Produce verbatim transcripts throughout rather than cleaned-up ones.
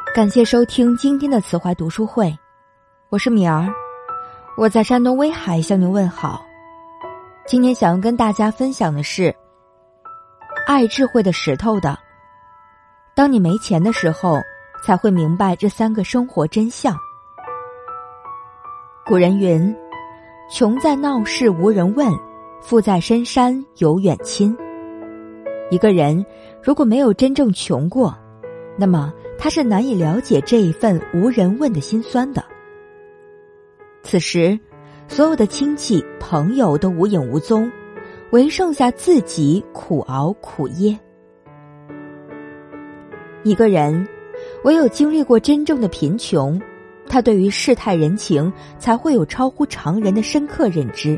感谢收听今天的慈怀读书会，我是米儿，我在山东威海向您问好。今天想要跟大家分享的是爱智慧的石头的，当你没钱的时候才会明白这三个生活真相。古人云，穷在闹市无人问，富在深山有远亲。一个人如果没有真正穷过，那么他是难以了解这一份无人问的辛酸的。此时所有的亲戚朋友都无影无踪，唯剩下自己苦熬苦噎。一个人唯有经历过真正的贫穷，他对于世态人情才会有超乎常人的深刻认知。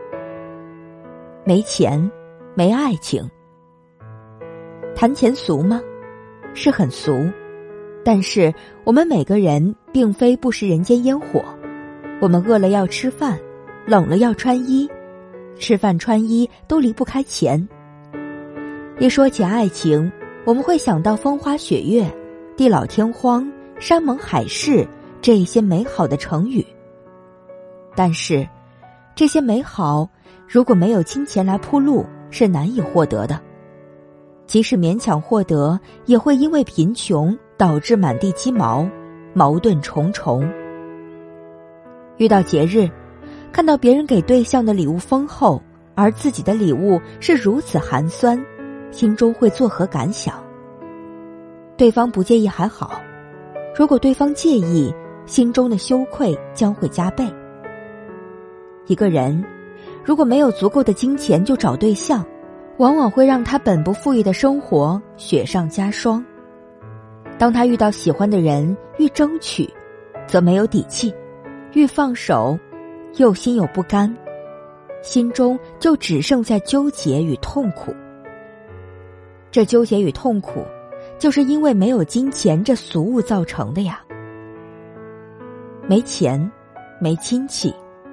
没钱，没爱情，谈钱俗吗？是很俗，但是我们每个人并非不食人间烟火。我们饿了要吃饭，冷了要穿衣，吃饭穿衣都离不开钱。一说起爱情，我们会想到风花雪月、地老天荒、山盟海誓这一些美好的成语。但是这些美好如果没有金钱来铺路，是难以获得的。即使勉强获得，也会因为贫穷导致满地鸡毛，矛盾重重。遇到节日，看到别人给对象的礼物丰厚，而自己的礼物是如此寒酸，心中会作何感想？对方不介意还好，如果对方介意，心中的羞愧将会加倍。一个人如果没有足够的金钱就找对象，往往会让他本不富裕的生活雪上加霜。当他遇到喜欢的人，愈争取，则没有底气；愈放手，又心有不甘，心中就只剩下纠结与痛苦。这纠结与痛苦，就是因为没有金钱这俗物造成的呀。没钱，没亲戚。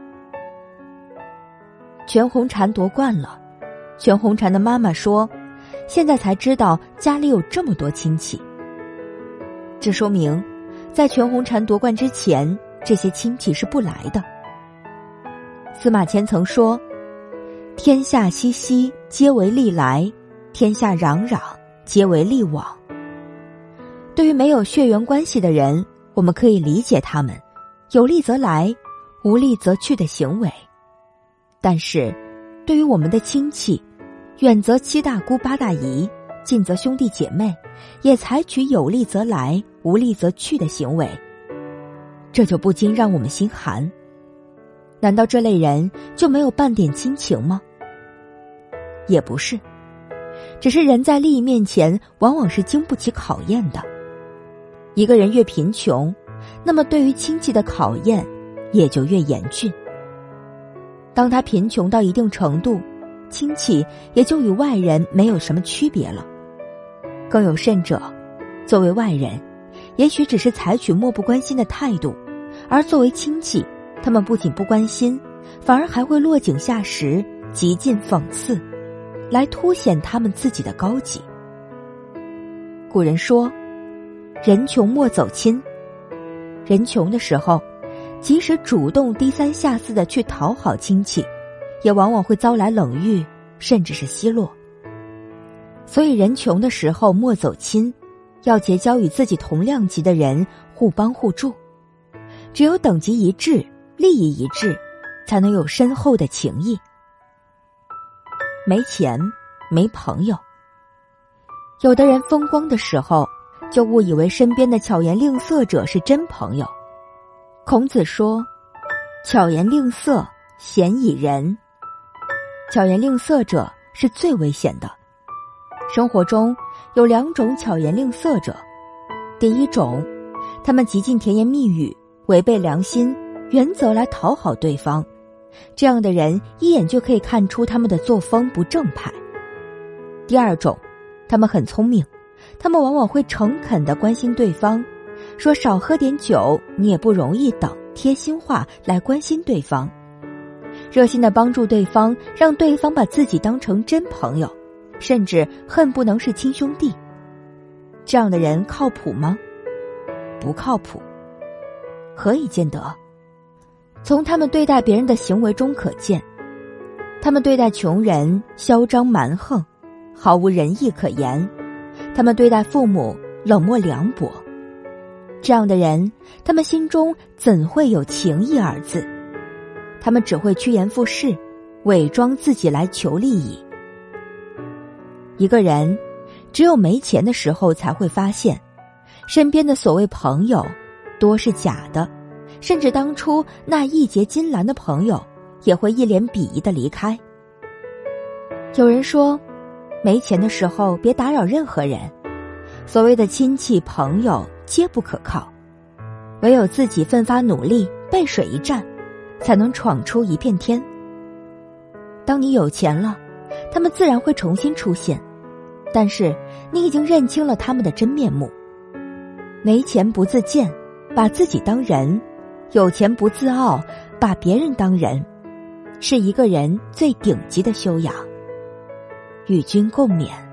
全红婵夺冠了，全红婵的妈妈说，现在才知道家里有这么多亲戚。这说明在全红婵夺冠之前，这些亲戚是不来的。司马迁曾说，天下熙熙，皆为利来；天下攘攘，皆为利往。对于没有血缘关系的人，我们可以理解他们有利则来，无利则去的行为。但是对于我们的亲戚，远则七大姑八大姨，近则兄弟姐妹，也采取有利则来，无利则去的行为，这就不禁让我们心寒。难道这类人就没有半点亲情吗？也不是，只是人在利益面前往往是经不起考验的。一个人越贫穷，那么对于亲戚的考验也就越严峻。当他贫穷到一定程度，亲戚也就与外人没有什么区别了。更有甚者，作为外人，也许只是采取漠不关心的态度，而作为亲戚，他们不仅不关心，反而还会落井下石，极尽讽刺，来凸显他们自己的高级。古人说，人穷莫走亲。人穷的时候，即使主动低三下四的去讨好亲戚，也往往会遭来冷遇，甚至是奚落。所以人穷的时候莫走亲，要结交与自己同量级的人，互帮互助。只有等级一致，利益一致，才能有深厚的情谊。没钱，没朋友。有的人风光的时候，就误以为身边的巧言令色者是真朋友。孔子说，巧言令色，鲜矣仁。巧言令色者是最危险的。生活中有两种巧言令色者。第一种，他们极尽甜言蜜语，违背良心原则来讨好对方，这样的人一眼就可以看出他们的作风不正派。第二种，他们很聪明，他们往往会诚恳地关心对方，说少喝点酒你也不容易等贴心话来关心对方，热心地帮助对方，让对方把自己当成真朋友，甚至恨不能是亲兄弟。这样的人靠谱吗？ 不靠谱。何以见得？从他们对待别人的行为中可见，他们对待穷人嚣张蛮横，毫无仁义可言；他们对待父母冷漠凉薄。这样的人，他们心中怎会有情义二字？他们只会趋炎附势，伪装自己来求利益。一个人只有没钱的时候才会发现，身边的所谓朋友多是假的，甚至当初那义结金兰的朋友也会一脸鄙夷地离开。有人说，没钱的时候别打扰任何人，所谓的亲戚朋友皆不可靠，唯有自己奋发努力，背水一战，才能闯出一片天。当你有钱了，他们自然会重新出现，但是你已经认清了他们的真面目。没钱不自贱，把自己当人；有钱不自傲，把别人当人，是一个人最顶级的修养。与君共勉。